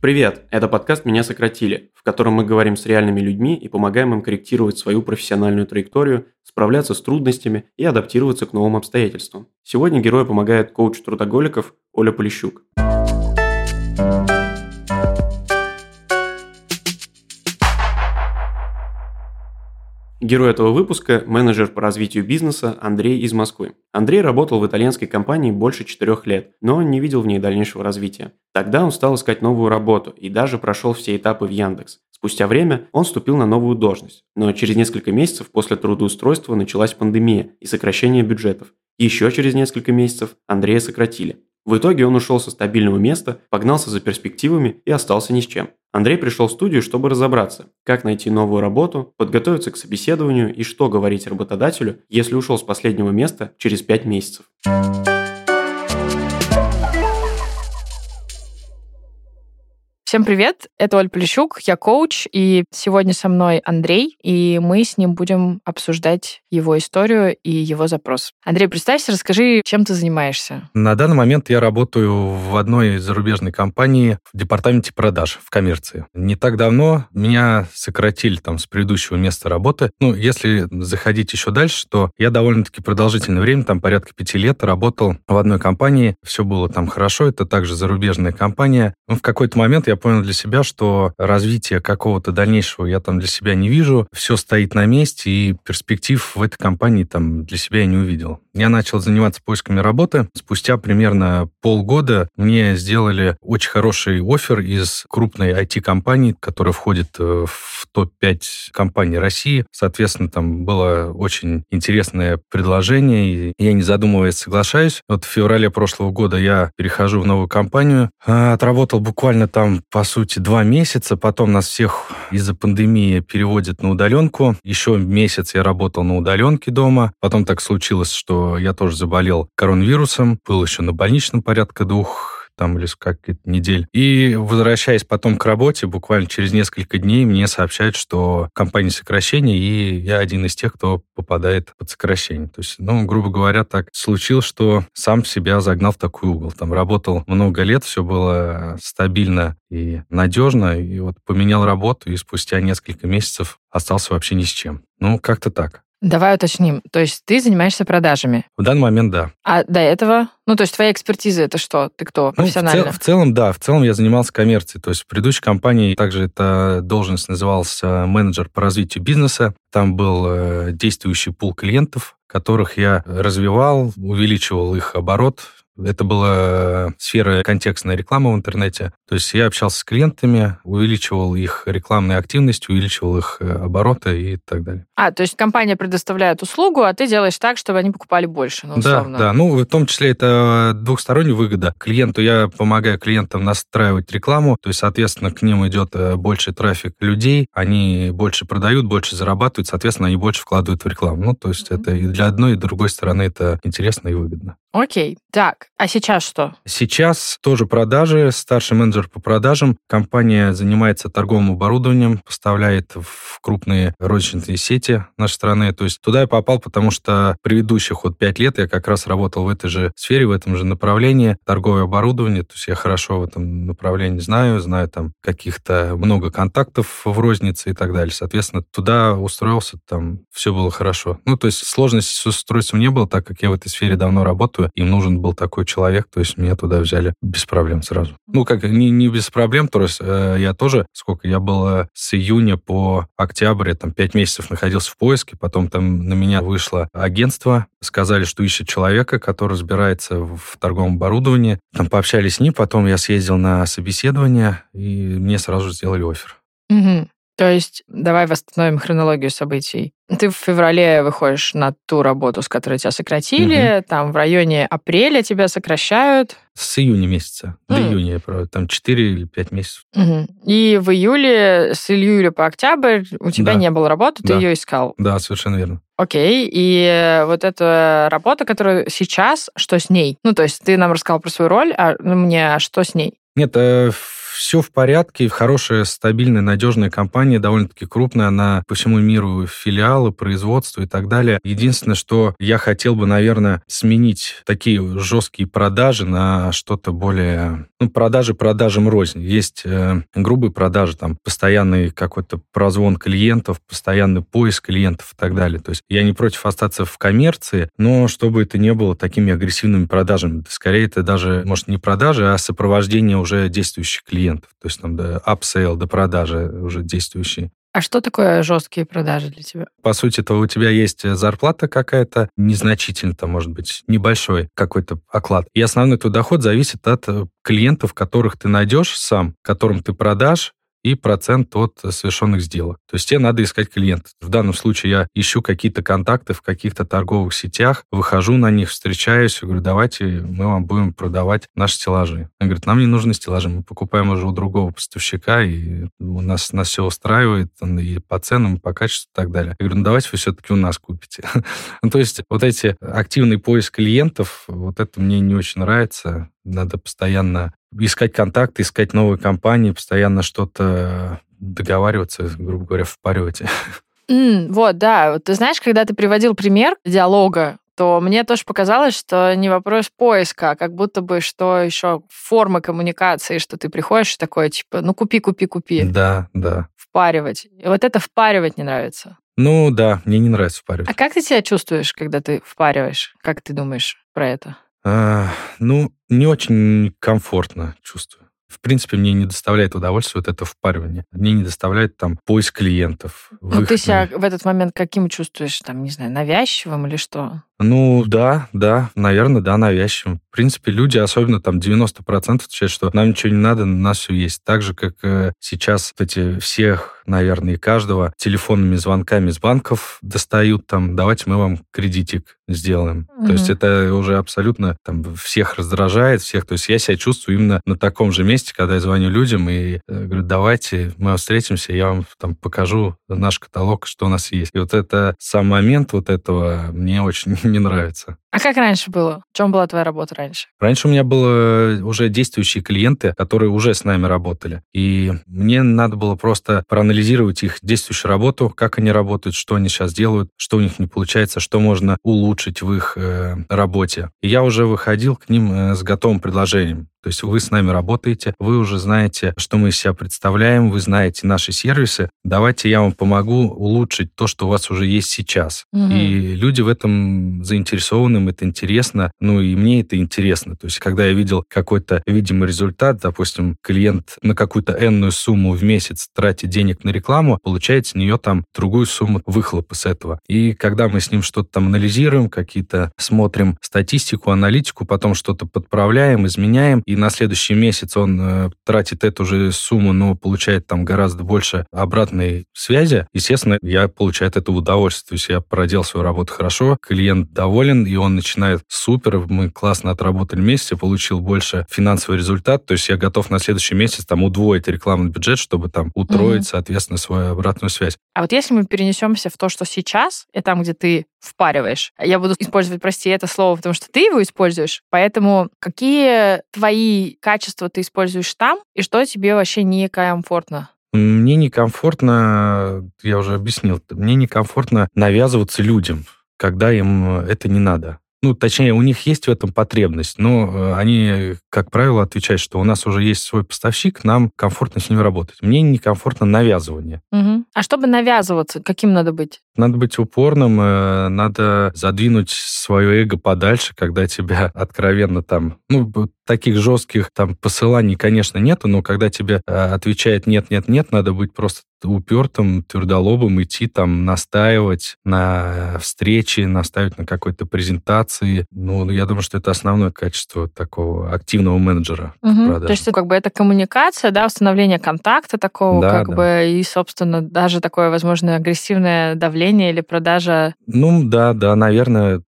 Привет, это подкаст «Меня сократили», в котором мы говорим с реальными людьми и помогаем им корректировать свою профессиональную траекторию, справляться с трудностями и адаптироваться к новым обстоятельствам. Сегодня герою помогает коуч трудоголиков Оля Полищук. Герой этого выпуска – менеджер по развитию бизнеса Андрей из Москвы. Андрей работал в итальянской компании больше 4 лет, но не видел в ней дальнейшего развития. Тогда он стал искать новую работу и даже прошел все этапы в Яндекс. Спустя время он вступил на новую должность, но через несколько месяцев после трудоустройства началась пандемия и сокращение бюджетов. Еще через несколько месяцев Андрея сократили. В итоге он ушел со стабильного места, погнался за перспективами и остался ни с чем. Андрей пришел в студию, чтобы разобраться, как найти новую работу, подготовиться к собеседованию и что говорить работодателю, если ушел с последнего места через 5 месяцев. Всем привет, это Оля Полищук, я коуч, и сегодня со мной Андрей, и мы с ним будем обсуждать его историю и его запрос. Андрей, представься, расскажи, чем ты занимаешься. На данный момент я работаю в одной зарубежной компании в департаменте продаж, в коммерции. Не так давно меня сократили с предыдущего места работы. Если заходить еще дальше, то я довольно-таки продолжительное время, порядка 5 лет, работал в одной компании. Все было там хорошо, это также зарубежная компания. В какой-то момент я понял для себя, что развития какого-то дальнейшего я для себя не вижу. Все стоит на месте, и перспектив в этой компании для себя я не увидел. Я начал заниматься поисками работы. Спустя примерно полгода мне сделали очень хороший оффер из крупной IT-компании, которая входит в топ-5 компаний России. Соответственно, там было очень интересное предложение, и я, не задумываясь, соглашаюсь. В феврале прошлого года я перехожу в новую компанию. Отработал буквально по сути, 2 месяца. Потом нас всех из-за пандемии переводят на удаленку. Еще месяц я работал на удаленке дома. Потом так случилось, что я тоже заболел коронавирусом. Был еще на больничном порядка 2 или каких-то недель. И возвращаясь потом к работе, буквально через несколько дней мне сообщают, что компания сокращения, и я один из тех, кто попадает под сокращение. То есть, грубо говоря, так случилось, что сам себя загнал в такой угол. Работал много лет, все было стабильно и надежно, и поменял работу, и спустя несколько месяцев остался вообще ни с чем. Как-то так. Давай уточним. То есть ты занимаешься продажами? В данный момент, да. А до этого? То есть твоя экспертиза — это что? Ты кто? Профессионально? В целом, да. В целом я занимался коммерцией. То есть в предыдущей компании также эта должность называлась менеджер по развитию бизнеса. Там был действующий пул клиентов, которых я развивал, увеличивал их оборот. Это была сфера контекстной рекламы в интернете. То есть я общался с клиентами, увеличивал их рекламную активность, увеличивал их обороты и так далее. То есть компания предоставляет услугу, а ты делаешь так, чтобы они покупали больше, условно. Да. В том числе это двухсторонняя выгода. Клиенту я помогаю клиентам настраивать рекламу, то есть, соответственно, к ним идет больше трафик людей, они больше продают, больше зарабатывают, соответственно, они больше вкладывают в рекламу. То есть это и для одной, и другой стороны это интересно и выгодно. Окей. Так, а сейчас что? Сейчас тоже продажи, старший менеджер по продажам. Компания занимается торговым оборудованием, поставляет в крупные розничные сети нашей страны. То есть туда я попал, потому что предыдущих 5 лет я как раз работал в этой же сфере, в этом же направлении. Торговое оборудование, то есть я хорошо в этом направлении знаю каких-то много контактов в рознице и так далее. Соответственно, туда устроился, все было хорошо. То есть сложностей с устройством не было, так как я в этой сфере давно работаю. Им нужен был такой человек, то есть меня туда взяли без проблем сразу. Не без проблем, то есть я тоже, я был с июня по октябрь, 5 месяцев находился в поиске, потом на меня вышло агентство, сказали, что ищет человека, который разбирается в торговом оборудовании. Пообщались с ним, потом я съездил на собеседование, и мне сразу сделали оффер. Угу. То есть давай восстановим хронологию событий. Ты в феврале выходишь на ту работу, с которой тебя сократили, в районе апреля тебя сокращают. С июня месяца до июня я провел, 4 или 5 месяцев. И в июле, с июля по октябрь у тебя не было работы, ты ее искал. Да, совершенно верно. Окей, и эта работа, которая сейчас, что с ней? То есть ты нам рассказал про свою роль, а что с ней? Нет, все в порядке, хорошая, стабильная, надежная компания, довольно-таки крупная, она по всему миру филиалы, производство и так далее. Единственное, что я хотел бы, наверное, сменить такие жесткие продажи на что-то более... продажи продажам рознь. Есть грубые продажи, там, постоянный какой-то прозвон клиентов, постоянный поиск клиентов и так далее. То есть я не против остаться в коммерции, но чтобы это не было такими агрессивными продажами. Скорее, это даже, может, не продажи, а сопровождение уже действующих клиентов. То есть там до апсейл, до продажи уже действующие. А что такое жесткие продажи для тебя? По сути, то у тебя есть зарплата какая-то, незначительно, там, может быть, небольшой какой-то оклад. И основной твой доход зависит от клиентов, которых ты найдешь сам, которым ты продашь, и процент от совершенных сделок. То есть тебе надо искать клиентов. В данном случае я ищу какие-то контакты в каких-то торговых сетях, выхожу на них, встречаюсь, говорю, давайте мы вам будем продавать наши стеллажи. Он говорит, нам не нужны стеллажи, мы покупаем уже у другого поставщика, и у нас все устраивает и по ценам, и по качеству и так далее. Я говорю, давайте вы все-таки у нас купите. То есть вот эти активный поиск клиентов, вот это мне не очень нравится. Надо постоянно искать контакты, искать новые компании, постоянно что-то договариваться, грубо говоря, впаривать. Вот, да. Вот ты знаешь, когда ты приводил пример диалога, то мне тоже показалось, что не вопрос поиска, а как будто бы что еще форма коммуникации, что ты приходишь такой, типа, купи. Да. Впаривать. И вот это впаривать не нравится. Да, мне не нравится впаривать. А как ты себя чувствуешь, когда ты впариваешь? Как ты думаешь про это? Не очень комфортно чувствую. В принципе, мне не доставляет удовольствия вот это впаривание. Мне не доставляет там поиск клиентов. Ты себя в этот момент каким чувствуешь? Там, не знаю, навязчивым или что? Да, наверное, да, навязчивым. В принципе, люди, особенно там 90% отвечают, что нам ничего не надо, у нас все есть. Так же, как сейчас эти всех, наверное, и каждого телефонными звонками с банков достают, там, давайте мы вам кредитик сделаем. То есть это уже абсолютно там всех раздражает, всех. То есть я себя чувствую именно на таком же месте, когда я звоню людям и говорю, давайте мы встретимся, я вам там покажу наш каталог, что у нас есть. И вот это сам момент вот этого мне очень не нравится. А как раньше было? В чем была твоя работа раньше? Раньше у меня было уже действующие клиенты, которые уже с нами работали. И мне надо было просто проанализировать их действующую работу, как они работают, что они сейчас делают, что у них не получается, что можно улучшить в их работе. И я уже выходил к ним с готовым предложением. То есть вы с нами работаете, вы уже знаете, что мы из себя представляем, вы знаете наши сервисы. Давайте я вам помогу улучшить то, что у вас уже есть сейчас. И люди в этом заинтересованы, им это интересно, и мне это интересно. То есть когда я видел какой-то видимый результат, допустим, клиент на какую-то энную сумму в месяц тратит денег на рекламу, получает с нее там другую сумму выхлопа с этого. И когда мы с ним что-то там анализируем, какие-то смотрим статистику, аналитику, потом что-то подправляем, изменяем, и на следующий месяц он тратит эту же сумму, но получает там гораздо больше обратной связи, естественно, я получаю от этого удовольствие. То есть я проделал свою работу хорошо, клиент доволен, и он начинает супер, мы классно отработали вместе, получил больше финансовый результат, то есть я готов на следующий месяц там удвоить рекламный бюджет, чтобы там утроить, соответственно, свою обратную связь. А вот если мы перенесемся в то, что сейчас, и там, где ты впариваешь, я буду использовать, прости, это слово, потому что ты его используешь, поэтому какие твои качества ты используешь там, и что тебе вообще некомфортно? Мне некомфортно, я уже объяснил, мне некомфортно навязываться людям, когда им это не надо. Точнее, у них есть в этом потребность, но они, как правило, отвечают, что у нас уже есть свой поставщик, нам комфортно с ним работать. Мне некомфортно навязывание. А чтобы навязываться, каким надо быть? Надо быть упорным, надо задвинуть свое эго подальше, когда тебя откровенно там... таких жестких там посыланий, конечно, нету, но когда тебе отвечает нет, надо быть просто упертым, твердолобым, идти там, настаивать на встрече, настаивать на какой-то презентации. Я думаю, что это основное качество такого активного менеджера. То есть это коммуникация, да, установление контакта такого, и, собственно, даже такое, возможно, агрессивное давление или продажа. Да, наверное,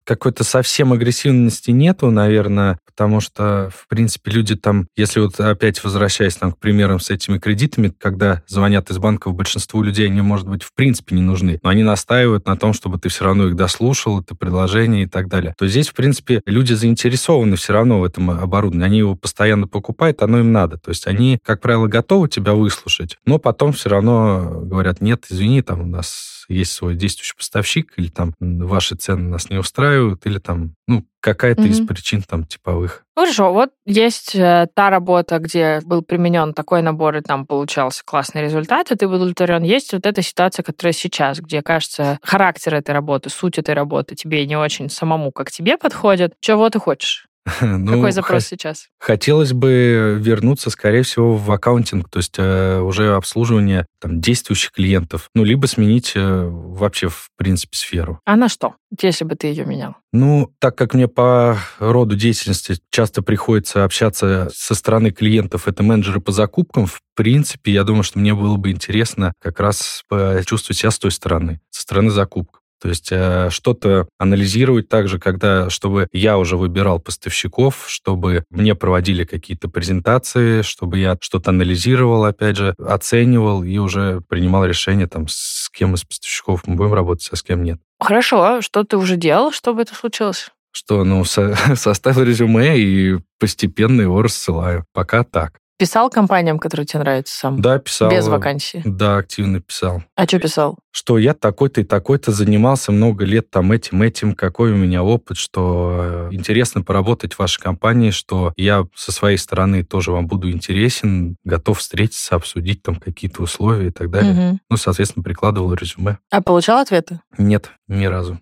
Какой-то совсем агрессивности нету, наверное, потому что, в принципе, люди там, если вот опять возвращаясь к примерам с этими кредитами, когда звонят из банков, большинству людей они, может быть, в принципе не нужны, но они настаивают на том, чтобы ты все равно их дослушал, это предложение и так далее. То здесь, в принципе, люди заинтересованы все равно в этом оборудовании. Они его постоянно покупают, оно им надо. То есть они, как правило, готовы тебя выслушать, но потом все равно говорят, нет, извини, там у нас есть свой действующий поставщик, или там ваши цены нас не устраивают, или там, какая-то из причин там типовых. Хорошо, вот есть та работа, где был применен такой набор, и там получался классный результат, и ты был удовлетворен. Есть вот эта ситуация, которая сейчас, где, кажется, характер этой работы, суть этой работы тебе не очень самому, как тебе подходит. Чего ты хочешь? Какой запрос сейчас? Хотелось бы вернуться, скорее всего, в аккаунтинг, то есть уже обслуживание там, действующих клиентов, либо сменить вообще, в принципе, сферу. А на что, если бы ты ее менял? Так как мне по роду деятельности часто приходится общаться со стороны клиентов, это менеджеры по закупкам, в принципе, я думаю, что мне было бы интересно как раз почувствовать себя с той стороны, со стороны закупок. То есть что-то анализировать также, чтобы я уже выбирал поставщиков, чтобы мне проводили какие-то презентации, чтобы я что-то анализировал, опять же, оценивал и уже принимал решение, там, с кем из поставщиков мы будем работать, а с кем нет. Хорошо. Что ты уже делал, чтобы это случилось? Что, составил резюме и постепенно его рассылаю. Пока так. Писал компаниям, которые тебе нравятся сам? Да, писал. Без вакансии? Да, активно писал. А что писал? Что я такой-то и такой-то занимался много лет там этим, какой у меня опыт, что интересно поработать в вашей компании, что я со своей стороны тоже вам буду интересен, готов встретиться, обсудить там какие-то условия и так далее. Соответственно, прикладывал резюме. А получал ответы? Нет, ни разу.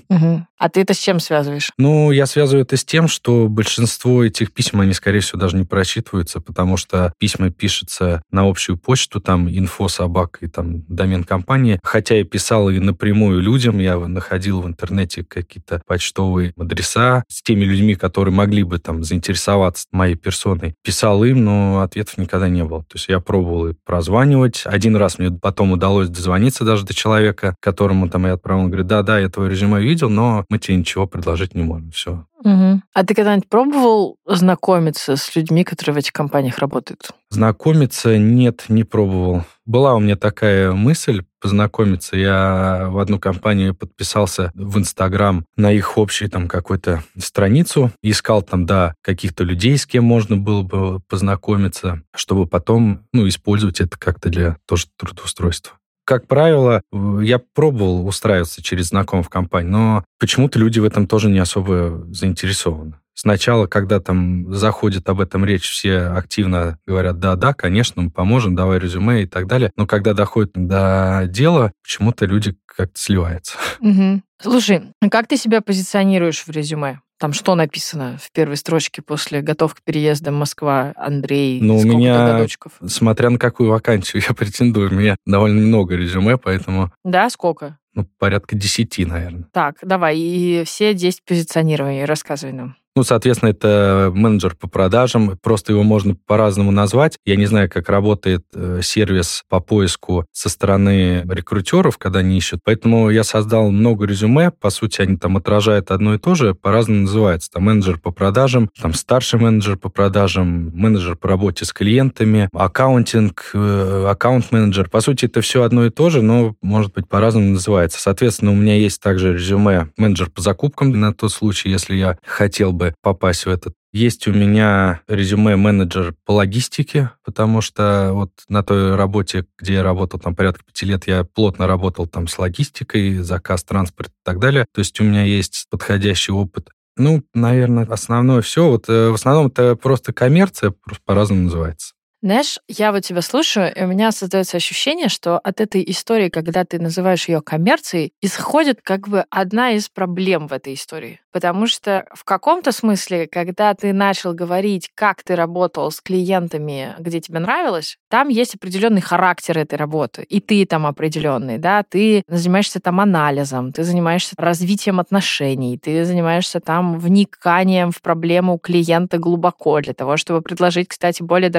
А ты это с чем связываешь? Я связываю это с тем, что большинство этих писем, они, скорее всего, даже не прочитываются, потому что письма пишутся на общую почту, там, info-собак и там домен компании. Хотя я писал и напрямую людям, я находил в интернете какие-то почтовые адреса с теми людьми, которые могли бы там заинтересоваться моей персоной. Писал им, но ответов никогда не было. То есть я пробовал и прозванивать. Один раз мне потом удалось дозвониться даже до человека, которому там я отправил. Он говорит, да, я твое резюме видел, но мы тебе ничего предложить не можем. Все. А ты когда-нибудь пробовал знакомиться с людьми, которые в этих компаниях работают? Знакомиться? Нет, не пробовал. Была у меня такая мысль познакомиться. Я в одну компанию подписался в Инстаграм на их общую там какую-то страницу. Искал там, каких-то людей, с кем можно было бы познакомиться, чтобы потом, использовать это как-то для тоже трудоустройства. Как правило, я пробовал устраиваться через знакомых в компании, но почему-то люди в этом тоже не особо заинтересованы. Сначала, когда там заходит об этом речь, все активно говорят, да, конечно, мы поможем, давай резюме и так далее. Но когда доходит до дела, почему-то люди как-то сливаются. Слушай, как ты себя позиционируешь в резюме? Там что написано в первой строчке после «Готов к переезду Москва», Андрей, сколько у меня, годочков? Смотря на какую вакансию я претендую, у меня довольно много резюме, поэтому... Да, сколько? Порядка 10, наверное. Так, давай, и все 10 позиционирований рассказывай нам. Соответственно, это менеджер по продажам. Просто его можно по-разному назвать. Я не знаю, как работает сервис по поиску со стороны рекрутеров, когда они ищут. Поэтому я создал много резюме. По сути, они там отражают одно и то же, по-разному называется. Там менеджер по продажам, там старший менеджер по продажам, менеджер по работе с клиентами, аккаунтинг, аккаунт-менеджер. По сути, это все одно и то же, но, может быть, по-разному называется. Соответственно, у меня есть также резюме менеджер по закупкам на тот случай, если я хотел бы попасть в этот. Есть у меня резюме менеджер по логистике, потому что вот на той работе, где я работал там порядка 5 лет, я плотно работал там с логистикой, заказ, транспорт и так далее. То есть у меня есть подходящий опыт. Наверное, основное все. Вот в основном это просто коммерция, просто по-разному называется. Знаешь, я вот тебя слушаю, и у меня создается ощущение, что от этой истории, когда ты называешь ее коммерцией, исходит как бы одна из проблем в этой истории. Потому что в каком-то смысле, когда ты начал говорить, как ты работал с клиентами, где тебе нравилось, там есть определенный характер этой работы, и ты там определенный, да, ты занимаешься там анализом, ты занимаешься развитием отношений, ты занимаешься там вниканием в проблему клиента глубоко для того, чтобы предложить, кстати, более дорогой чек.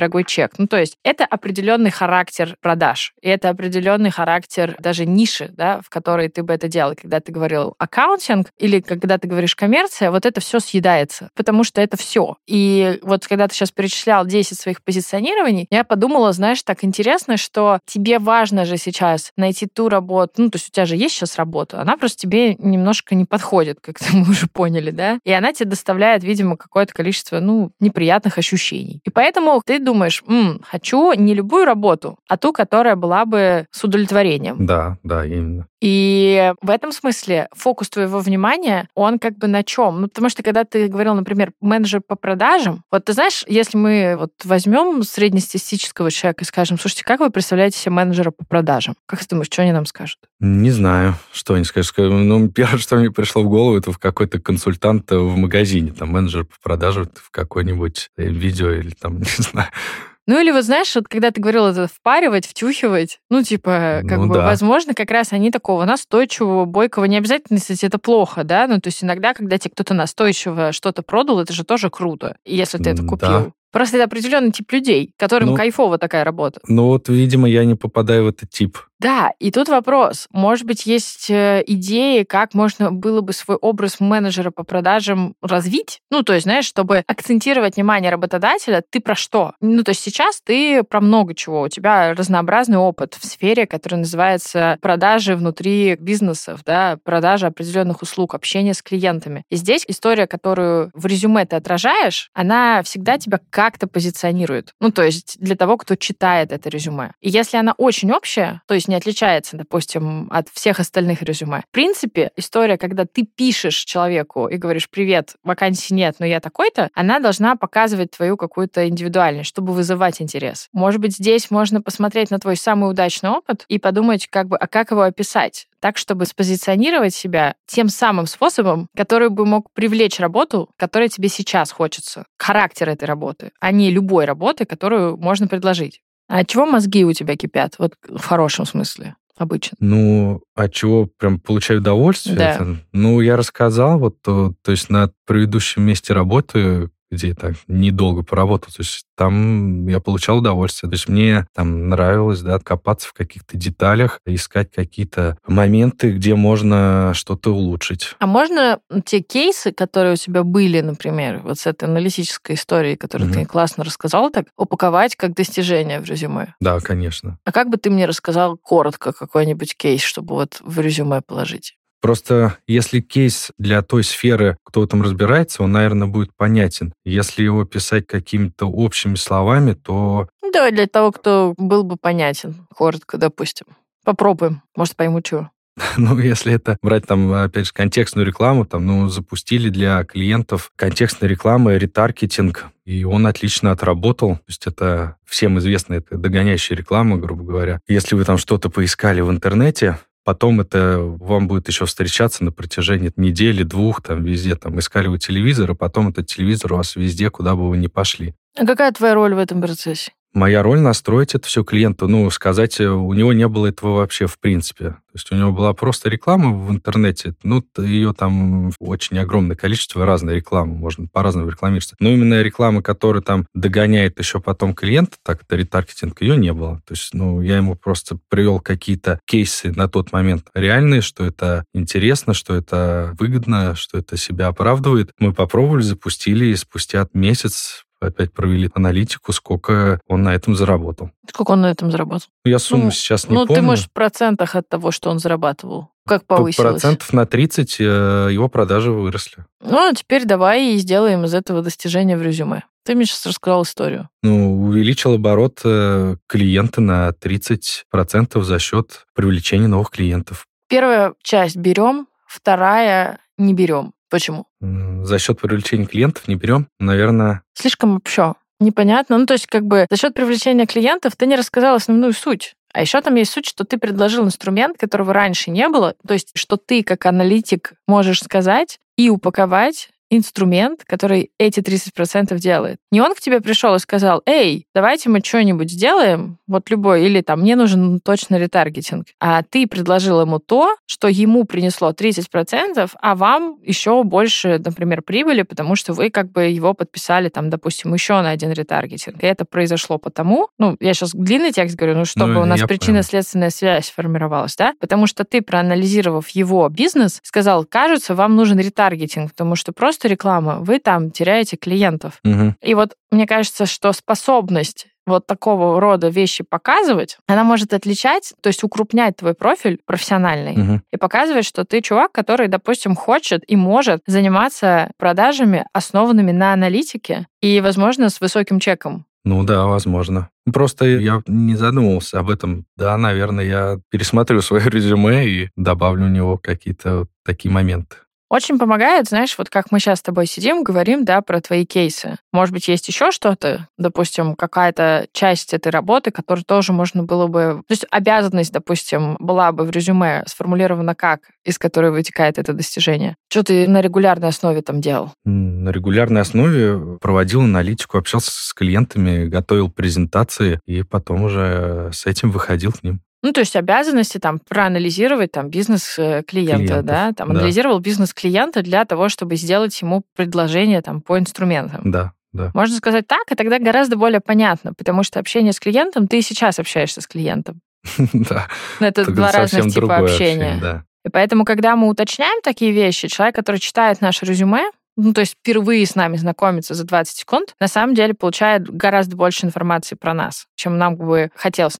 человек. Ну, то есть это определенный характер продаж, и это определенный характер даже ниши, да, в которой ты бы это делал. Когда ты говорил аккаунтинг или когда ты говоришь коммерция, вот это все съедается, потому что это все. И вот когда ты сейчас перечислял 10 своих позиционирований, я подумала, знаешь, так интересно, что тебе важно же сейчас найти ту работу, ну, то есть у тебя же есть сейчас работа, она просто тебе немножко не подходит, как мы уже поняли, да, и она тебе доставляет, видимо, какое-то количество, ну, неприятных ощущений. И поэтому ты думаешь, хочу не любую работу, а ту, которая была бы с удовлетворением. Да, именно. И в этом смысле фокус твоего внимания, он как бы на чем? Ну, потому что когда ты говорил, например, менеджер по продажам, вот ты знаешь, если мы вот возьмем среднестатистического человека и скажем, слушайте, как вы представляете себе менеджера по продажам? Как ты думаешь, что они нам скажут? Не знаю, что они скажут. Ну, первое, что мне пришло в голову, это в какой-то консультант в магазине, там, менеджер по продажам в какой-нибудь видео или там, не знаю. Ну или вот знаешь, вот когда ты говорил это впаривать, втюхивать, ну типа, возможно, как раз они такого настойчивого, бойкого, не обязательно, кстати, это плохо, да, ну то есть иногда, когда тебе кто-то настойчиво что-то продал, это же тоже круто, если ты это купил. Да. Просто это определенный тип людей, которым кайфово такая работа. Ну вот, видимо, я не попадаю в этот тип. Да, и тут вопрос. Может быть, есть идеи, как можно было бы свой образ менеджера по продажам развить? Ну, то есть, знаешь, чтобы акцентировать внимание работодателя, ты про что? Ну, то есть сейчас ты про много чего. У тебя разнообразный опыт в сфере, которая называется продажи внутри бизнесов, да, продажа определенных услуг, общение с клиентами. И здесь история, которую в резюме ты отражаешь, она всегда тебя как-то позиционирует. Ну, то есть для того, кто читает это резюме. И если она очень общая, то есть не отличается, допустим, от всех остальных резюме. В принципе, история, когда ты пишешь человеку и говоришь: «Привет, вакансий нет, но я такой-то», она должна показывать твою какую-то индивидуальность, чтобы вызывать интерес. Может быть, здесь можно посмотреть на твой самый удачный опыт и подумать, как его описать, так, чтобы спозиционировать себя тем самым способом, который бы мог привлечь работу, которая тебе сейчас хочется. Характер этой работы, а не любой работы, которую можно предложить. А от чего мозги у тебя кипят? Вот в хорошем смысле обычно. Ну, от чего прям получаю удовольствие? Да. Это, я рассказал, вот, то есть на предыдущем месте работы, где я так недолго поработал, то есть там я получал удовольствие. То есть мне там нравилось, да, копаться в каких-то деталях, искать какие-то моменты, где можно что-то улучшить. А можно те кейсы, которые у тебя были, например, вот с этой аналитической историей, которую ты классно рассказал, так упаковать как достижение в резюме? Да, конечно. А как бы ты мне рассказал коротко какой-нибудь кейс, чтобы вот в резюме положить? Просто если кейс для той сферы, кто в этом разбирается, он, наверное, будет понятен. Если его писать какими-то общими словами, то... Да, для того, кто был бы понятен, коротко, допустим. Попробуем, может, пойму, чего. Ну, если это брать там, опять же, контекстную рекламу, там, запустили для клиентов контекстной рекламы ретаргетинг, и он отлично отработал. То есть это всем известно, это догоняющая реклама, грубо говоря. Если вы там что-то поискали в интернете, потом это вам будет еще встречаться на протяжении недели, двух, там, везде, там, искали вы телевизор, а потом этот телевизор у вас везде, куда бы вы ни пошли. А какая твоя роль в этом процессе? Моя роль — настроить это все клиенту. Сказать, у него не было этого вообще в принципе. То есть у него была просто реклама в интернете. Ее там очень огромное количество разной рекламы. Можно по-разному рекламироваться. Но именно реклама, которая там догоняет еще потом клиента, так это ретаргетинг, ее не было. То есть, я ему просто привел какие-то кейсы на тот момент реальные, что это интересно, что это выгодно, что это себя оправдывает. Мы попробовали, запустили, и спустя месяц опять провели аналитику, сколько он на этом заработал. Сколько он на этом заработал? Я сумму сейчас не помню. Ты, может, в процентах от того, что он зарабатывал? Как повысилось? Процентов на 30 его продажи выросли. А теперь давай и сделаем из этого достижение в резюме. Ты мне сейчас рассказал историю. Увеличил оборот клиента на 30% за счет привлечения новых клиентов. Первая часть берем, вторая не берем. Почему? За счет привлечения клиентов не берем, наверное... Слишком общо. Непонятно. То есть за счет привлечения клиентов ты не рассказал основную суть. А еще там есть суть, что ты предложил инструмент, которого раньше не было. То есть что ты как аналитик можешь сказать и упаковать инструмент, который эти 30% делает. Не он к тебе пришел и сказал: эй, давайте мы что-нибудь сделаем, вот любой, или там, мне нужен точно ретаргетинг. А ты предложил ему то, что ему принесло 30%, а вам еще больше, например, прибыли, потому что вы как бы его подписали, там, допустим, еще на один ретаргетинг. И это произошло потому, я сейчас длинный текст говорю, чтобы у нас причинно-следственная связь формировалась, да? Потому что ты, проанализировав его бизнес, сказал: кажется, вам нужен ретаргетинг, потому что просто реклама, вы там теряете клиентов. И вот мне кажется, что способность вот такого рода вещи показывать, она может отличать, то есть укрупнять твой профиль профессиональный и показывать, что ты чувак, который, допустим, хочет и может заниматься продажами, основанными на аналитике и, возможно, с высоким чеком. Ну да, возможно. Просто я не задумывался об этом. Да, наверное, я пересмотрю свое резюме и добавлю в него какие-то вот такие моменты. Очень помогает, знаешь, вот как мы сейчас с тобой сидим, говорим, да, про твои кейсы. Может быть, есть еще что-то, допустим, какая-то часть этой работы, которую тоже можно было бы... То есть обязанность, допустим, была бы в резюме сформулирована как, из которой вытекает это достижение. Что ты на регулярной основе там делал? На регулярной основе проводил аналитику, общался с клиентами, готовил презентации и потом уже с этим выходил к ним. То есть обязанности там проанализировать там бизнес клиента, да? Там анализировал бизнес клиента для того, чтобы сделать ему предложение там по инструментам. Да. Можно сказать так, и тогда гораздо более понятно, потому что общение с клиентом, ты и сейчас общаешься с клиентом. Да. Это два разных типа общения. Да. И поэтому, когда мы уточняем такие вещи, человек, который читает наше резюме, то есть впервые с нами знакомится за 20 секунд, на самом деле получает гораздо больше информации про нас, чем нам бы хотелось.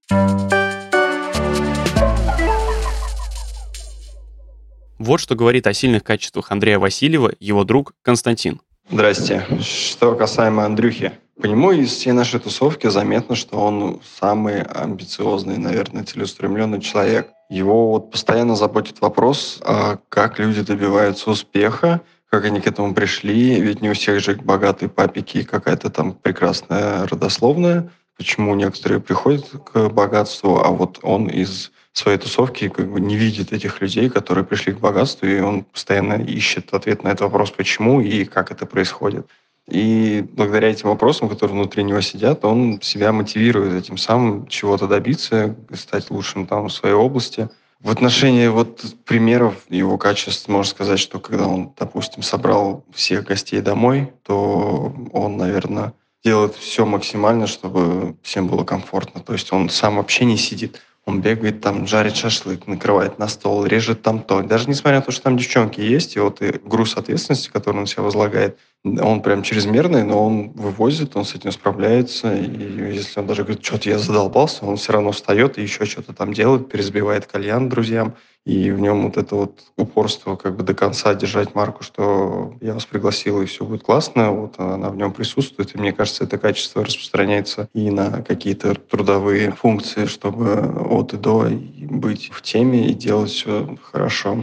Вот что говорит о сильных качествах Андрея Васильева его друг Константин. Здрасте. Что касаемо Андрюхи. По нему из всей нашей тусовки заметно, что он самый амбициозный, наверное, целеустремленный человек. Его вот постоянно заботит вопрос, как люди добиваются успеха, как они к этому пришли. Ведь не у всех же богатые папики и какая-то там прекрасная родословная. Почему некоторые приходят к богатству, а вот он из своей тусовки как бы не видит этих людей, которые пришли к богатству, и он постоянно ищет ответ на этот вопрос, почему и как это происходит. И благодаря этим вопросам, которые внутри него сидят, он себя мотивирует этим самым чего-то добиться, стать лучшим там в своей области. В отношении вот примеров его качеств можно сказать, что когда он, допустим, собрал всех гостей домой, то он, наверное, делает все максимально, чтобы всем было комфортно. То есть он сам вообще не сидит. Он бегает там, жарит шашлык, накрывает на стол, режет там то. Даже несмотря на то, что там девчонки есть, и вот и груз ответственности, который он себе возлагает, он прям чрезмерный, но он вывозит, он с этим справляется. И если он даже говорит, что-то я задолбался, он все равно встает и еще что-то там делает, пересбивает кальян друзьям. И в нем вот это вот упорство как бы до конца держать марку, что я вас пригласил, и все будет классно, вот она в нем присутствует. И мне кажется, это качество распространяется и на какие-то трудовые функции, чтобы от и до быть в теме и делать все хорошо.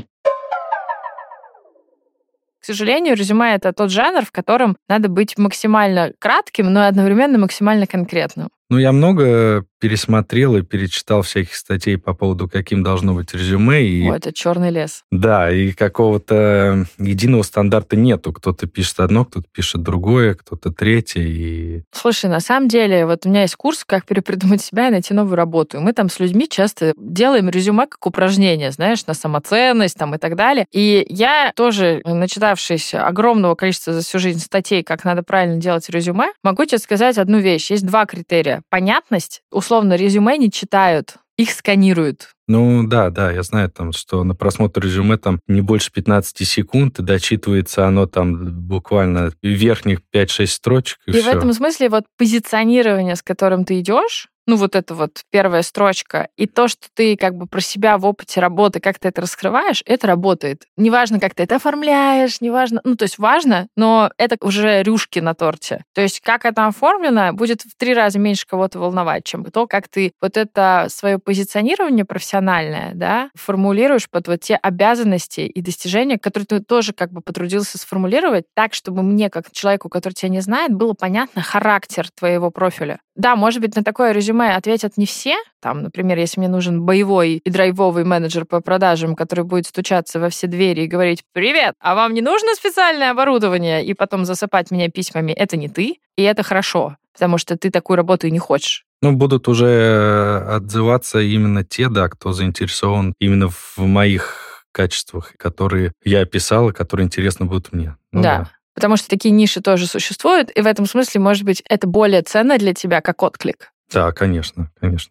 К сожалению, резюме — это тот жанр, в котором надо быть максимально кратким, но одновременно максимально конкретным. Я много пересмотрел и перечитал всяких статей по поводу, каким должно быть резюме. И... это черный лес. Да, и какого-то единого стандарта нету. Кто-то пишет одно, кто-то пишет другое, кто-то третье. И... Слушай, на самом деле, вот у меня есть курс «Как перепридумать себя и найти новую работу». И мы там с людьми часто делаем резюме как упражнение, знаешь, на самоценность там и так далее. И я тоже, начитавшись огромного количества за всю жизнь статей, как надо правильно делать резюме, могу тебе сказать одну вещь. Есть два критерия. Понятность. Условно, резюме не читают, их сканируют. Да, я знаю, там, что на просмотр резюме там не больше 15 секунд, и дочитывается оно там буквально верхних 5-6 строчек, и все. В этом смысле вот позиционирование, с которым ты идешь, вот это вот первая строчка, и то, что ты как бы про себя в опыте работы, как ты это раскрываешь, это работает. Неважно, как ты это оформляешь, неважно, то есть важно, но это уже рюшки на торте. То есть как это оформлено, будет в 3 раза меньше кого-то волновать, чем то, как ты вот это свое позиционирование профессиональное, да, формулируешь под вот те обязанности и достижения, которые ты тоже как бы потрудился сформулировать так, чтобы мне, как человеку, который тебя не знает, было понятно характер твоего профиля. Да, может быть, на такое резюме резюме ответят не все, там, например, если мне нужен боевой и драйвовый менеджер по продажам, который будет стучаться во все двери и говорить: «Привет, а вам не нужно специальное оборудование?» и потом засыпать меня письмами, это не ты, и это хорошо, потому что ты такую работу и не хочешь. Будут уже отзываться именно те, да, кто заинтересован именно в моих качествах, которые я описал и которые интересны будут мне. Да. Потому что такие ниши тоже существуют, и в этом смысле, может быть, это более ценно для тебя, как отклик. Да, конечно.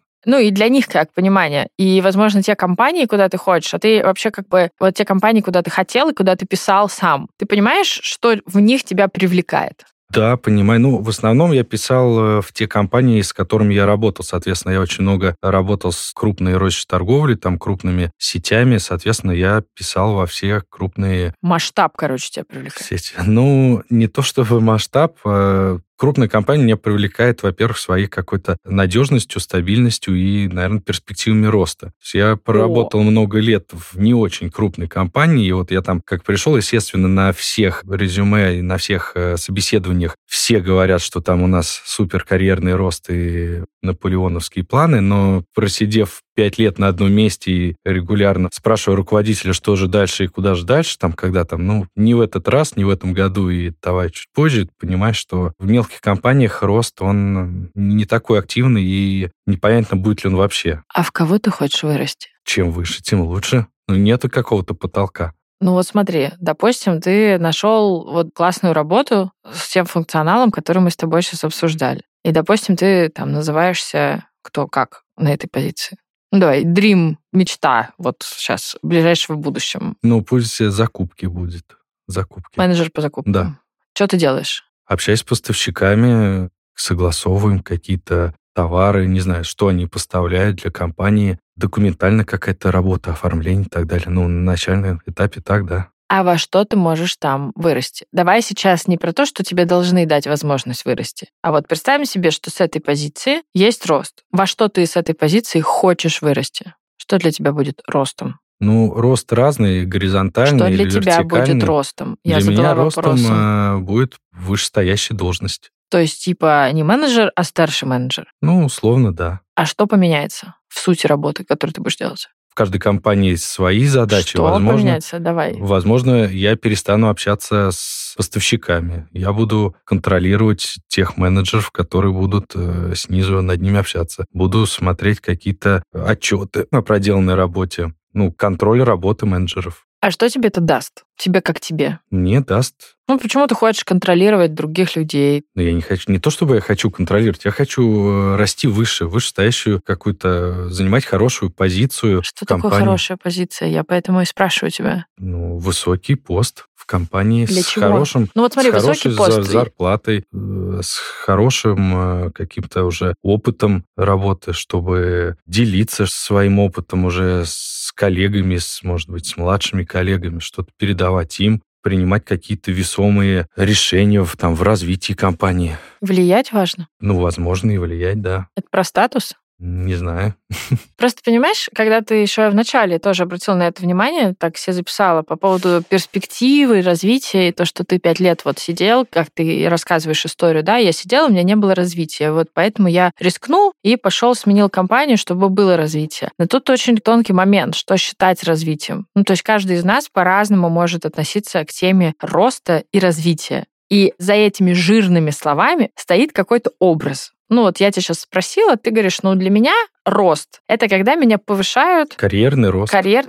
И для них как понимание. И, возможно, те компании, куда ты хочешь, а ты вообще вот те компании, куда ты хотел и куда ты писал сам, ты понимаешь, что в них тебя привлекает? Да, понимаю. В основном я писал в те компании, с которыми я работал. Соответственно, я очень много работал с крупной Россельторговлей, там, крупными сетями. Соответственно, я писал во все крупные... Масштаб, тебя привлекает. Сети. Не то чтобы масштаб. Крупная компания меня привлекает, во-первых, своей какой-то надежностью, стабильностью и, наверное, перспективами роста. Я проработал много лет в не очень крупной компании, и вот я там как пришел, естественно, на всех резюме и на всех собеседованиях все говорят, что там у нас суперкарьерный рост и наполеоновские планы, но просидев 5 лет на одном месте и регулярно спрашивая руководителя, что же дальше и куда же дальше, не в этот раз, не в этом году и давай чуть позже, понимаешь, что в мелких компаниях рост, он не такой активный и непонятно, будет ли он вообще. А в кого ты хочешь вырасти? Чем выше, тем лучше. Нету какого-то потолка. Смотри, допустим, ты нашел классную работу с тем функционалом, который мы с тобой сейчас обсуждали. И, допустим, ты там называешься кто как на этой позиции. Давай, dream, мечта, сейчас, ближайшего будущего. Пусть закупки будет. Закупки. Менеджер по закупкам. Да. Что ты делаешь? Общаюсь с поставщиками, согласовываем какие-то товары, не знаю, что они поставляют для компании, документально какая-то работа, оформление и так далее. На начальном этапе так, да. А во что ты можешь там вырасти? Давай сейчас не про то, что тебе должны дать возможность вырасти, а представим себе, что с этой позиции есть рост. Во что ты с этой позиции хочешь вырасти? Что для тебя будет ростом? Рост разный, горизонтальный или вертикальный. Что для тебя будет ростом? Я для меня ростом будет вышестоящая должность. То есть, не менеджер, а старший менеджер? Условно, да. А что поменяется в сути работы, которую ты будешь делать? В каждой компании есть свои задачи. Что поменяется? Давай. Возможно, я перестану общаться с поставщиками. Я буду контролировать тех менеджеров, которые будут снизу над ними общаться. Буду смотреть какие-то отчеты о проделанной работе. Контроль работы менеджеров. А что тебе это даст? Тебе как тебе? Мне даст. Почему ты хочешь контролировать других людей? Я не хочу. Не то, чтобы я хочу контролировать, я хочу расти выше, вышестоящую какую-то, занимать хорошую позицию в компании. Что такое хорошая позиция? Я поэтому и спрашиваю тебя. Высокий пост в компании Для с чего? хорошим, Смотри, с хорошей высокий пост. зарплатой, с хорошим каким-то уже опытом работы, чтобы делиться своим опытом уже с коллегами, может быть, с младшими коллегами, что-то передавать им, принимать какие-то весомые решения в развитии компании. Влиять важно? Возможно, и влиять, да. Это про статус? Не знаю. Просто понимаешь, когда ты еще в начале тоже обратил на это внимание, так себе записала по поводу перспективы, развития, и то, что ты 5 лет сидел, как ты рассказываешь историю, да, я сидела, у меня не было развития, поэтому я рискнул и пошел, сменил компанию, чтобы было развитие. Но тут очень тонкий момент, что считать развитием. То есть каждый из нас по-разному может относиться к теме роста и развития. И за этими жирными словами стоит какой-то образ. Я тебя сейчас спросила, ты говоришь, для меня рост — это когда меня повышают... Карьерный рост.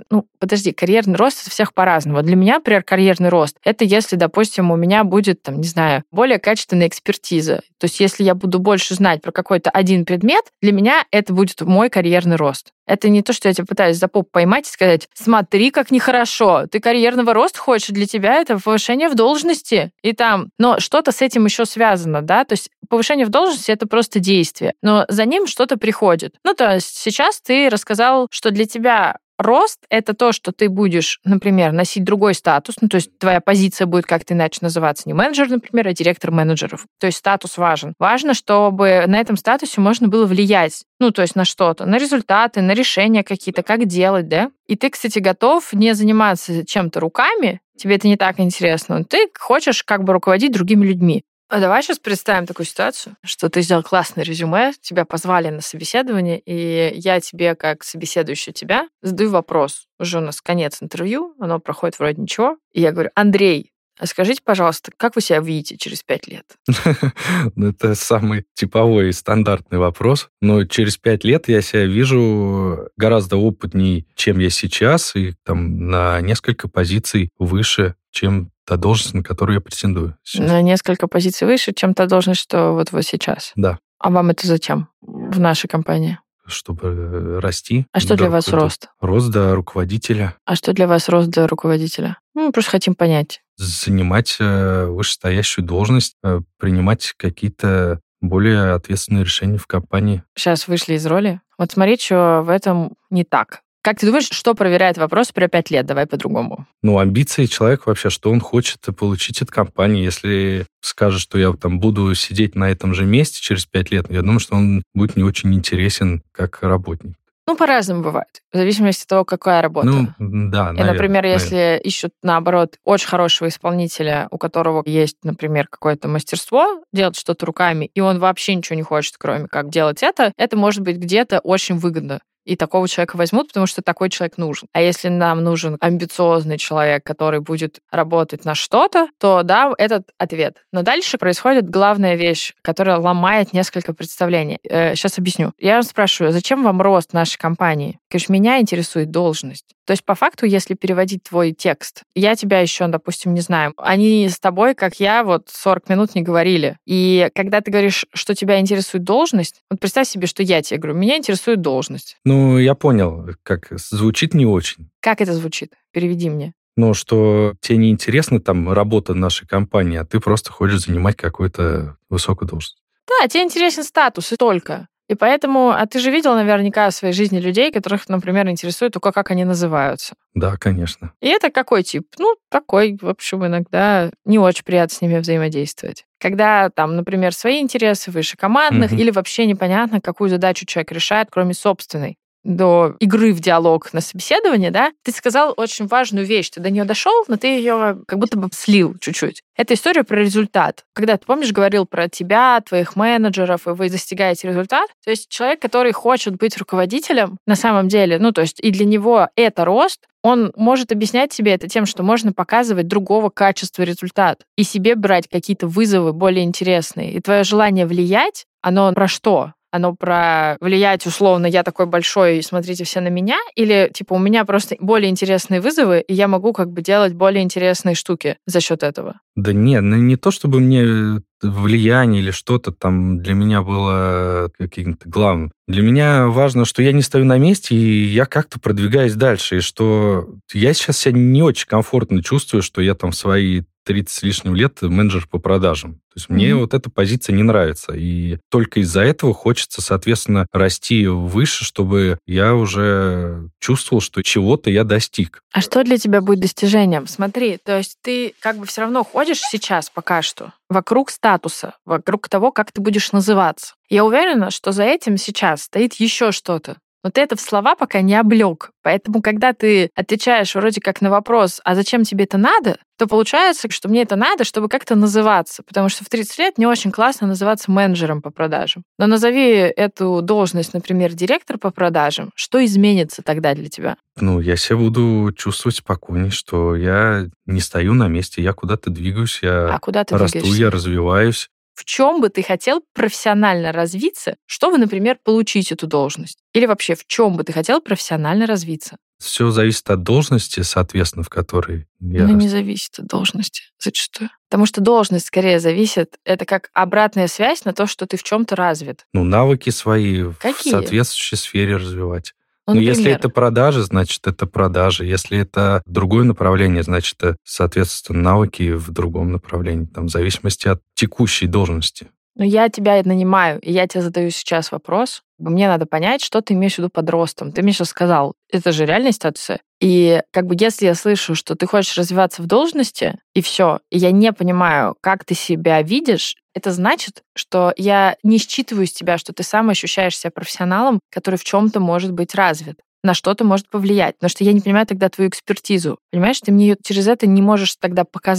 Карьерный рост — это всех по-разному. Для меня, например, карьерный рост — это если, допустим, у меня будет, более качественная экспертиза. То есть если я буду больше знать про какой-то один предмет, для меня это будет мой карьерный рост. Это не то, что я тебя пытаюсь за попу поймать и сказать: смотри, как нехорошо, ты карьерного роста хочешь, для тебя это повышение в должности. Но что-то с этим еще связано, да? То есть повышение в должности — это просто действие, но за ним что-то приходит. То есть сейчас ты рассказал, что для тебя рост — это то, что ты будешь, например, носить другой статус, то есть твоя позиция будет как-то иначе называться, не менеджер, например, а директор менеджеров. То есть статус важен. Важно, чтобы на этом статусе можно было влиять, то есть на что-то, на результаты, на решения какие-то, как делать, да? И ты, кстати, готов не заниматься чем-то руками, тебе это не так интересно, ты хочешь руководить другими людьми. А давай сейчас представим такую ситуацию, что ты сделал классное резюме, тебя позвали на собеседование, и я тебе, как собеседующий тебя, задаю вопрос. Уже у нас конец интервью, оно проходит вроде ничего. И я говорю: Андрей, а скажите, пожалуйста, как вы себя видите через 5 лет? Ну, это самый типовой и стандартный вопрос. Но через 5 лет я себя вижу гораздо опытней, чем я сейчас, и там на несколько позиций выше, чем та должность, на которую я претендую сейчас. На несколько позиций выше, чем та должность, что вот сейчас. Да. А вам это зачем в нашей компании? Чтобы расти. А что для вас рост? Рост до руководителя. А что для вас рост до руководителя? Мы просто хотим понять. Занимать вышестоящую должность, принимать какие-то более ответственные решения в компании. Сейчас вышли из роли. Вот смотри, что в этом не так. Как ты думаешь, что проверяет вопрос про 5 лет? Давай по-другому. Ну, амбиции человека вообще, что он хочет получить от компании. Если скажет, что я там буду сидеть на этом же месте через 5 лет, я думаю, что он будет не очень интересен как работник. Ну, по-разному бывает. В зависимости от того, какая работа. Ну, да, И, например, если ищут, наоборот, очень хорошего исполнителя, у которого есть, например, какое-то мастерство делать что-то руками, и он вообще ничего не хочет, кроме как делать это может быть где-то очень выгодно. И такого человека возьмут, потому что такой человек нужен. А если нам нужен амбициозный человек, который будет работать на что-то, то да, этот ответ. Но дальше происходит главная вещь, которая ломает несколько представлений. Сейчас объясню. Я вас спрашиваю, зачем вам рост нашей компании? Конечно, меня интересует должность. То есть, по факту, если переводить твой текст, я тебя еще, допустим, не знаю, они с тобой, как я, 40 минут не говорили. И когда ты говоришь, что тебя интересует должность, вот представь себе, что я тебе говорю, меня интересует должность. Ну, я понял, как звучит не очень. Как это звучит? Переведи мне. Ну, что тебе не интересна там работа нашей компании, а ты просто хочешь занимать какую-то высокую должность. Да, тебе интересен статус и только. И поэтому, а ты же видел наверняка в своей жизни людей, которых, например, интересует только, как они называются. Да, конечно. И это какой тип? Ну, такой, в общем, иногда не очень приятно с ними взаимодействовать. Когда там, например, свои интересы выше командных, или вообще непонятно, какую задачу человек решает, кроме собственной. До игры в диалог на собеседование, да, ты сказал очень важную вещь. Ты до нее дошел, но ты ее как будто бы слил чуть-чуть. Это история про результат. Когда, ты помнишь, говорил про тебя, твоих менеджеров, и вы достигаете результат, то есть человек, который хочет быть руководителем, на самом деле, ну, то есть и для него это рост, он может объяснять себе это тем, что можно показывать другого качества результат и себе брать какие-то вызовы более интересные. И твое желание влиять, оно про что? Оно про влиять, условно, я такой большой, смотрите все на меня, или, типа, у меня просто более интересные вызовы, и я могу как бы делать более интересные штуки за счет этого? Да нет, ну не то, чтобы мне влияние или что-то там для меня было каким-то главным. Для меня важно, что я не стою на месте, и я как-то продвигаюсь дальше, и что я сейчас себя не очень комфортно чувствую, что я там в свои 30 с лишним лет менеджер по продажам. То есть мне вот эта позиция не нравится. И только из-за этого хочется, соответственно, расти выше, чтобы я уже чувствовал, что чего-то я достиг. А что для тебя будет достижением? Смотри, то есть ты как бы все равно ходишь сейчас пока что вокруг статуса, вокруг того, как ты будешь называться. Я уверена, что за этим сейчас стоит еще что-то. Но ты это в слова пока не облег. Поэтому, когда ты отвечаешь вроде как на вопрос, а зачем тебе это надо, то получается, что мне это надо, чтобы как-то называться. Потому что в 30 лет не очень классно называться менеджером по продажам. Но назови эту должность, например, директор по продажам. Что изменится тогда для тебя? Ну, я себя буду чувствовать спокойнее, что я не стою на месте, я куда-то двигаюсь, я куда ты расту, двигаешься? я развиваюсь. В чем бы ты хотел профессионально развиться, чтобы, например, получить эту должность? Или вообще, в чем бы ты хотел профессионально развиться? Все зависит от должности, соответственно, в которой я Ну, расту. не зависит от должности зачастую. Потому что должность скорее зависит, это как обратная связь на то, что ты в чем-то развит. Ну, навыки свои Какие? в соответствующей сфере развивать. Ну, Но если например, это продажи, значит, это продажи. Если это другое направление, значит, это, соответственно, навыки в другом направлении, там, в зависимости от текущей должности. ну, я тебя нанимаю, и я тебе задаю сейчас вопрос. Мне надо понять, что ты имеешь в виду под ростом. Ты мне сейчас сказал, это же реальная ситуация. И как бы если я слышу, что ты хочешь развиваться в должности, и все, и я не понимаю, как ты себя видишь, это значит, что я не считываю из тебя, что ты сам ощущаешь себя профессионалом, который в чем-то может быть развит, на что-то может повлиять. Потому что я не понимаю тогда твою экспертизу. Понимаешь, ты мне ее через это не можешь тогда показать.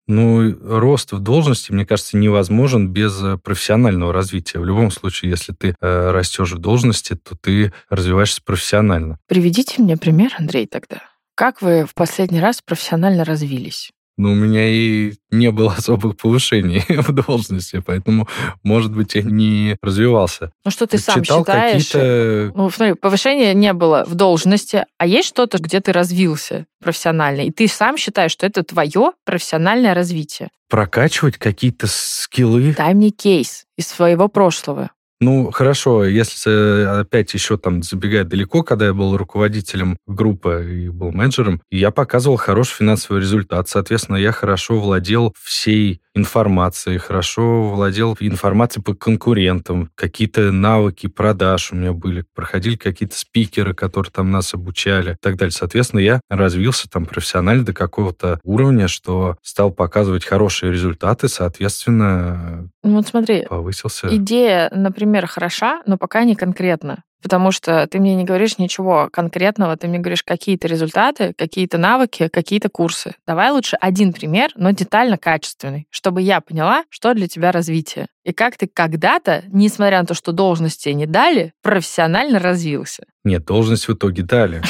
Ну, рост в должности, мне кажется, невозможен без профессионального развития. В любом случае, если ты растешь в должности, то ты развиваешься профессионально. Приведите мне пример, Андрей, тогда. Как вы в последний раз профессионально развились? Но у меня и не было особых повышений в должности, поэтому, может быть, я не развивался. Ну, что ты сам Читал считаешь? какие-то... Ну, смотри, повышения не было в должности, а есть что-то, где ты развился профессионально, и ты сам считаешь, что это твое профессиональное развитие. Прокачивать какие-то скиллы. Дай мне кейс из своего прошлого. Ну, хорошо, если опять еще там забегать далеко, когда я был руководителем группы и был менеджером, я показывал хороший финансовый результат. Соответственно, я хорошо владел всей информацией, хорошо владел информацией по конкурентам, какие-то навыки продаж у меня были, проходили какие-то спикеры, которые там нас обучали и так далее. Соответственно, я развился там профессионально до какого-то уровня, что стал показывать хорошие результаты, соответственно, Ну, вот смотри, повысился. идея, например, хороша, но пока не конкретно. Потому что ты мне не говоришь ничего конкретного, ты мне говоришь какие-то результаты, какие-то навыки, какие-то курсы. Давай лучше один пример, но детально качественный, чтобы я поняла, что для тебя развитие. И как ты когда-то, несмотря на то, что должности не дали, профессионально развился. Нет, должность в итоге дали.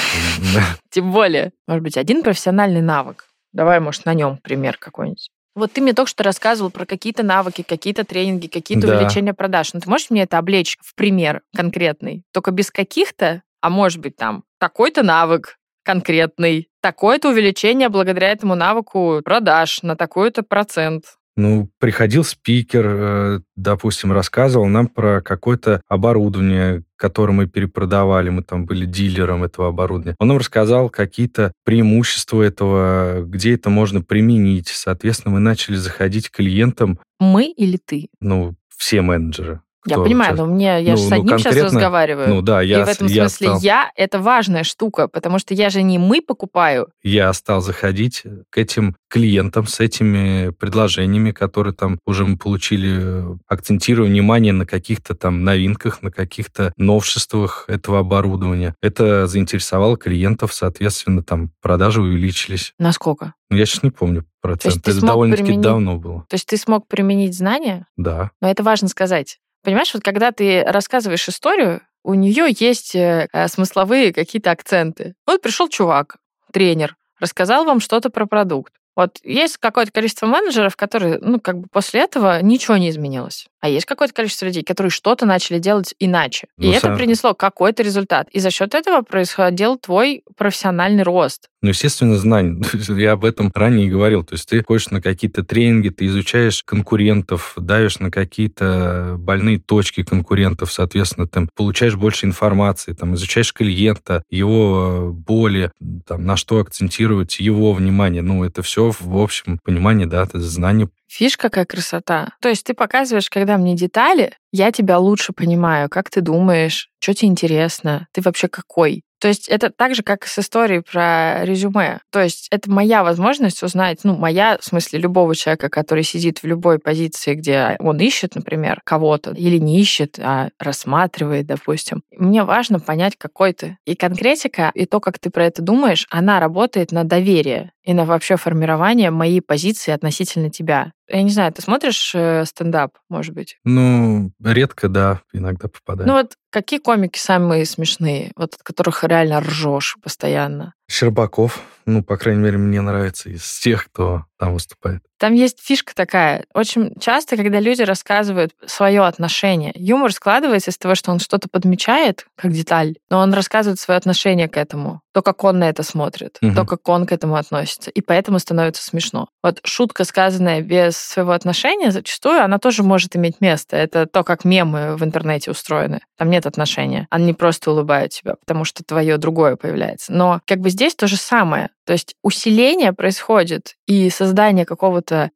Тем более, может быть, один профессиональный навык. Давай, может, на нем пример какой-нибудь. Вот ты мне только что рассказывал про какие-то навыки, какие-то тренинги, какие-то увеличения продаж. Но ты можешь мне это облечь в пример конкретный? Только без каких-то, а может быть там такой-то навык конкретный, такое-то увеличение благодаря этому навыку продаж на такой-то процент. Ну, приходил спикер, допустим, рассказывал нам про какое-то оборудование, которое мы перепродавали, мы там были дилером этого оборудования. Он нам рассказал какие-то преимущества этого, где это можно применить. Соответственно, мы начали заходить к клиентам. Мы или ты? Ну, все менеджеры. Я понимаю, но я же с одним сейчас разговариваю. Ну да, и в этом смысле это важная штука, потому что я же не мы покупаю. Я стал заходить к этим клиентам с этими предложениями, которые там уже мы получили, акцентируя внимание на каких-то там новинках, на каких-то новшествах этого оборудования. Это заинтересовало клиентов, соответственно, там продажи увеличились. Насколько? Я сейчас не помню процент. Это довольно-таки давно было. То есть ты смог применить знания? Да. Но это важно сказать. Понимаешь, вот когда ты рассказываешь историю, у нее есть смысловые какие-то акценты. Вот пришел чувак, тренер, рассказал вам что-то про продукт. Вот есть какое-то количество менеджеров, которые, после этого ничего не изменилось. А есть какое-то количество людей, которые что-то начали делать иначе. И это принесло какой-то результат. И за счет этого происходил твой профессиональный рост. Ну, естественно, знания. Я об этом ранее говорил. То есть ты ходишь на какие-то тренинги, ты изучаешь конкурентов, давишь на какие-то больные точки конкурентов, соответственно, ты получаешь больше информации, там, изучаешь клиента, его боли, там, на что акцентировать его внимание. Ну, это все в общем понимании, да, это знание. Видишь, какая красота. То есть ты показываешь, когда мне детали, я тебя лучше понимаю, как ты думаешь, что тебе интересно, ты вообще какой. То есть это так же, как с историей про резюме. То есть это моя возможность узнать, моя, в смысле, любого человека, который сидит в любой позиции, где он ищет, например, кого-то, или не ищет, а рассматривает, допустим. Мне важно понять, какой ты. И конкретика, и то, как ты про это думаешь, она работает на доверие и на вообще формирование моей позиции относительно тебя. Я не знаю, ты смотришь стендап, может быть? Ну, редко, да, иногда попадаю. Ну вот какие комики самые смешные, вот от которых реально ржешь постоянно? Щербаков, по крайней мере, мне нравится из тех, кто там выступает. Там есть фишка такая. Очень часто, когда люди рассказывают свое отношение, юмор складывается из того, что он что-то подмечает, как деталь, но он рассказывает свое отношение к этому, то, как он на это смотрит, то, как он к этому относится, и поэтому становится смешно. Вот шутка, сказанная без своего отношения, зачастую она тоже может иметь место. Это то, как мемы в интернете устроены. Там нет отношения. Они не просто улыбают тебя, потому что твое другое появляется. Но как бы здесь то же самое. То есть усиление происходит и создание какого-то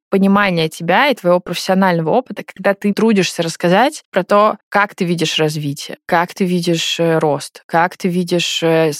понимание тебя и твоего профессионального опыта, когда ты трудишься рассказать про то, как ты видишь развитие, как ты видишь рост, как ты видишь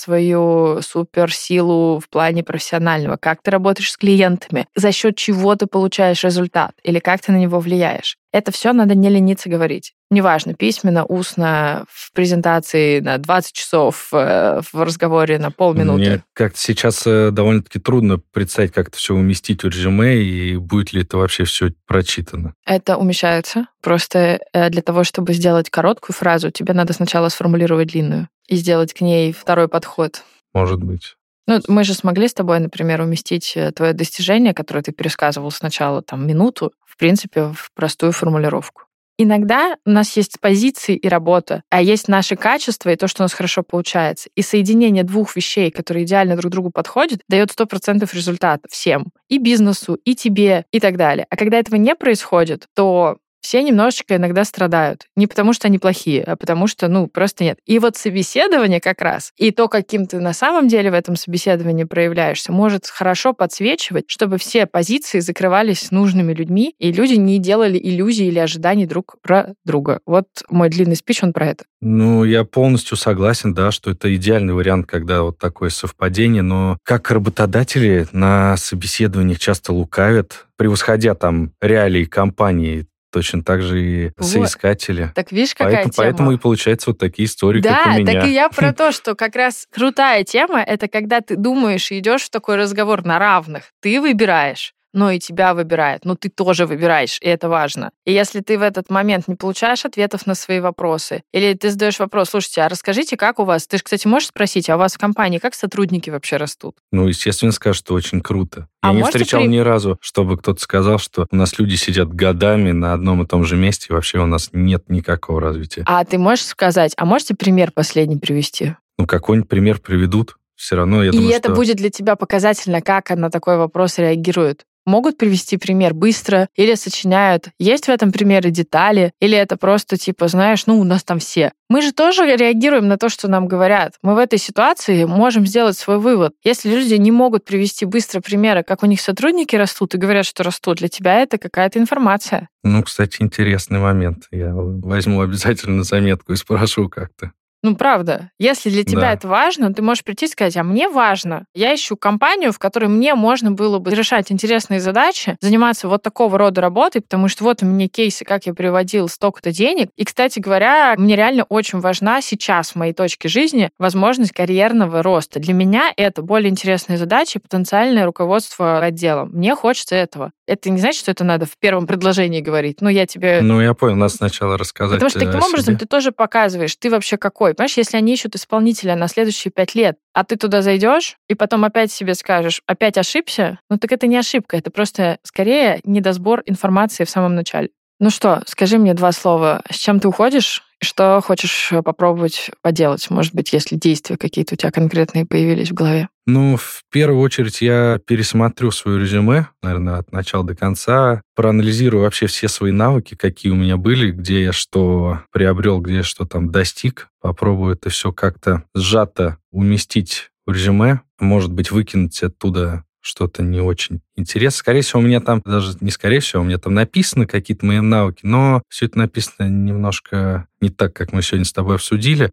свою суперсилу в плане профессионального, как ты работаешь с клиентами, за счет чего ты получаешь результат или как ты на него влияешь. Это все надо не лениться говорить. Неважно, письменно, устно, в презентации на 20 часов, в разговоре на полминуты. Мне как-то сейчас довольно-таки трудно представить, как это все уместить в резюме, и будет ли это вообще все прочитано. Это умещается. Просто для того, чтобы сделать короткую фразу, тебе надо сначала сформулировать длинную и сделать к ней второй подход. Может быть. Ну, мы же смогли с тобой, например, уместить твое достижение, которое ты пересказывал сначала, минуту, в принципе, в простую формулировку. Иногда у нас есть позиции и работа, а есть наши качества и то, что у нас хорошо получается. И соединение двух вещей, которые идеально друг другу подходят, дает 100% результата всем. И бизнесу, и тебе, и так далее. А когда этого не происходит, то все немножечко иногда страдают. Не потому, что они плохие, а потому что, просто нет. И вот собеседование как раз, и то, каким ты на самом деле в этом собеседовании проявляешься, может хорошо подсвечивать, чтобы все позиции закрывались нужными людьми, и люди не делали иллюзий или ожиданий друг про друга. Вот мой длинный спич, он про это. Я полностью согласен, да, что это идеальный вариант, когда вот такое совпадение, но как работодатели на собеседованиях часто лукавят, превосходя там реалии компании, точно так же и соискатели. Так видишь, какая тема. Поэтому и получаются вот такие истории, как у меня. Да, так и я про то, что как раз крутая тема, это когда ты думаешь и идешь в такой разговор на равных. Ты выбираешь, но и тебя выбирают, но ты тоже выбираешь, и это важно. И если ты в этот момент не получаешь ответов на свои вопросы, или ты задаешь вопрос, слушайте, а расскажите, как у вас? Ты же, кстати, можешь спросить, а у вас в компании как сотрудники вообще растут? Естественно, скажут, что очень круто. Я не встречал ни разу, чтобы кто-то сказал, что у нас люди сидят годами на одном и том же месте, и вообще у нас нет никакого развития. А ты можешь сказать, а можете пример последний привести? Какой-нибудь пример приведут. Все равно, я думаю, это будет для тебя показательно, как на такой вопрос реагирует. Могут привести пример быстро или сочиняют. Есть в этом примере детали? Или это просто знаешь, у нас там все. Мы же тоже реагируем на то, что нам говорят. Мы в этой ситуации можем сделать свой вывод. Если люди не могут привести быстро примеры, как у них сотрудники растут и говорят, что растут, для тебя это какая-то информация. Кстати, интересный момент. Я возьму обязательно заметку и спрошу как-то. Правда. Если для тебя это важно, ты можешь прийти и сказать, а мне важно. Я ищу компанию, в которой мне можно было бы решать интересные задачи, заниматься вот такого рода работой, потому что вот у меня кейсы, как я приводил столько-то денег. И, кстати говоря, мне реально очень важна сейчас в моей точке жизни возможность карьерного роста. Для меня это более интересные задачи, потенциальное руководство отделом. Мне хочется этого. Это не значит, что это надо в первом предложении говорить. Я тебе... я понял, надо сначала рассказать. Потому что таким образом ты тоже показываешь, ты вообще какой. Понимаешь, если они ищут исполнителя на следующие 5 лет, а ты туда зайдешь, и потом опять себе скажешь, опять ошибся, так это не ошибка, это просто скорее недосбор информации в самом начале. Что, скажи мне 2 слова, с чем ты уходишь, и что хочешь попробовать поделать? Может быть, если действия какие-то у тебя конкретные появились в голове? В первую очередь я пересмотрю свое резюме, наверное, от начала до конца, проанализирую вообще все свои навыки, какие у меня были, где я что приобрел, где я что там достиг, попробую это все как-то сжато уместить в резюме, может быть, выкинуть оттуда что-то не очень интересно. Скорее всего, у меня там, даже не скорее всего, у меня там написаны какие-то мои навыки, но все это написано немножко не так, как мы сегодня с тобой обсудили,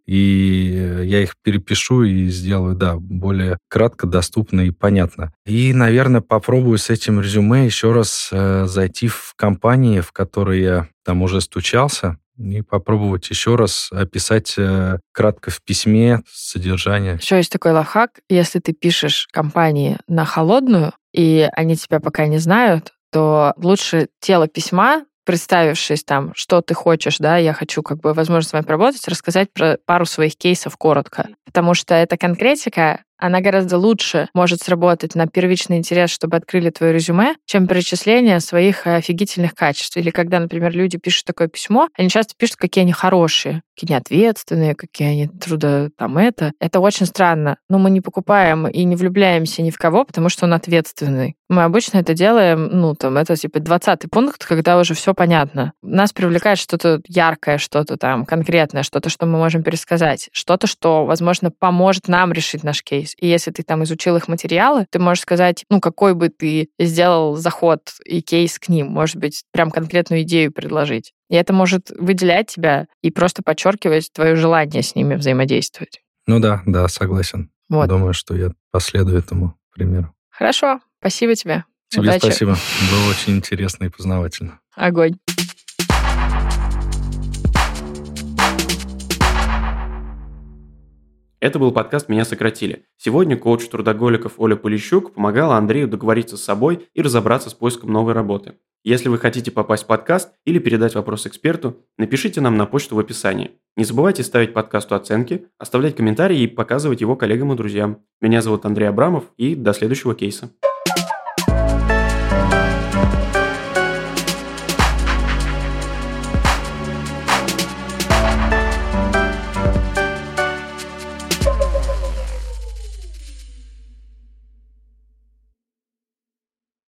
и я их перепишу и сделаю, более кратко, доступно и понятно. И, наверное, попробую с этим резюме еще раз зайти в компании, в которой я там уже стучался, и попробовать еще раз описать кратко в письме содержание. Еще есть такой лайфхак. Если ты пишешь компании на холодную, и они тебя пока не знают, то лучше тело письма, представившись там, что ты хочешь, я хочу возможность с вами поработать, рассказать про пару своих кейсов коротко. Потому что эта конкретика, она гораздо лучше может сработать на первичный интерес, чтобы открыли твое резюме, чем перечисление своих офигительных качеств. Или когда, например, люди пишут такое письмо, они часто пишут, какие они хорошие, какие они ответственные, какие они это. Это очень странно. Но мы не покупаем и не влюбляемся ни в кого, потому что он ответственный. Мы обычно это делаем, это 20-й пункт, когда уже все понятно. Нас привлекает что-то яркое, что-то там конкретное, что-то, что мы можем пересказать, что-то, что, возможно, поможет нам решить наш кейс. ресурс, и если ты там изучил их материалы, ты можешь сказать, какой бы ты сделал заход и кейс к ним, может быть, прям конкретную идею предложить. И это может выделять тебя и просто подчеркивать твое желание с ними взаимодействовать. Да, согласен. Вот. Думаю, что я последую этому примеру. Хорошо, спасибо тебе. Тебе Удачи. спасибо. Было очень интересно и познавательно. Огонь. Это был подкаст «Меня сократили». Сегодня коуч трудоголиков Оля Полищук помогала Андрею договориться с собой и разобраться с поиском новой работы. Если вы хотите попасть в подкаст или передать вопрос эксперту, напишите нам на почту в описании. Не забывайте ставить подкасту оценки, оставлять комментарии и показывать его коллегам и друзьям. Меня зовут Андрей Абрамов, и до следующего кейса.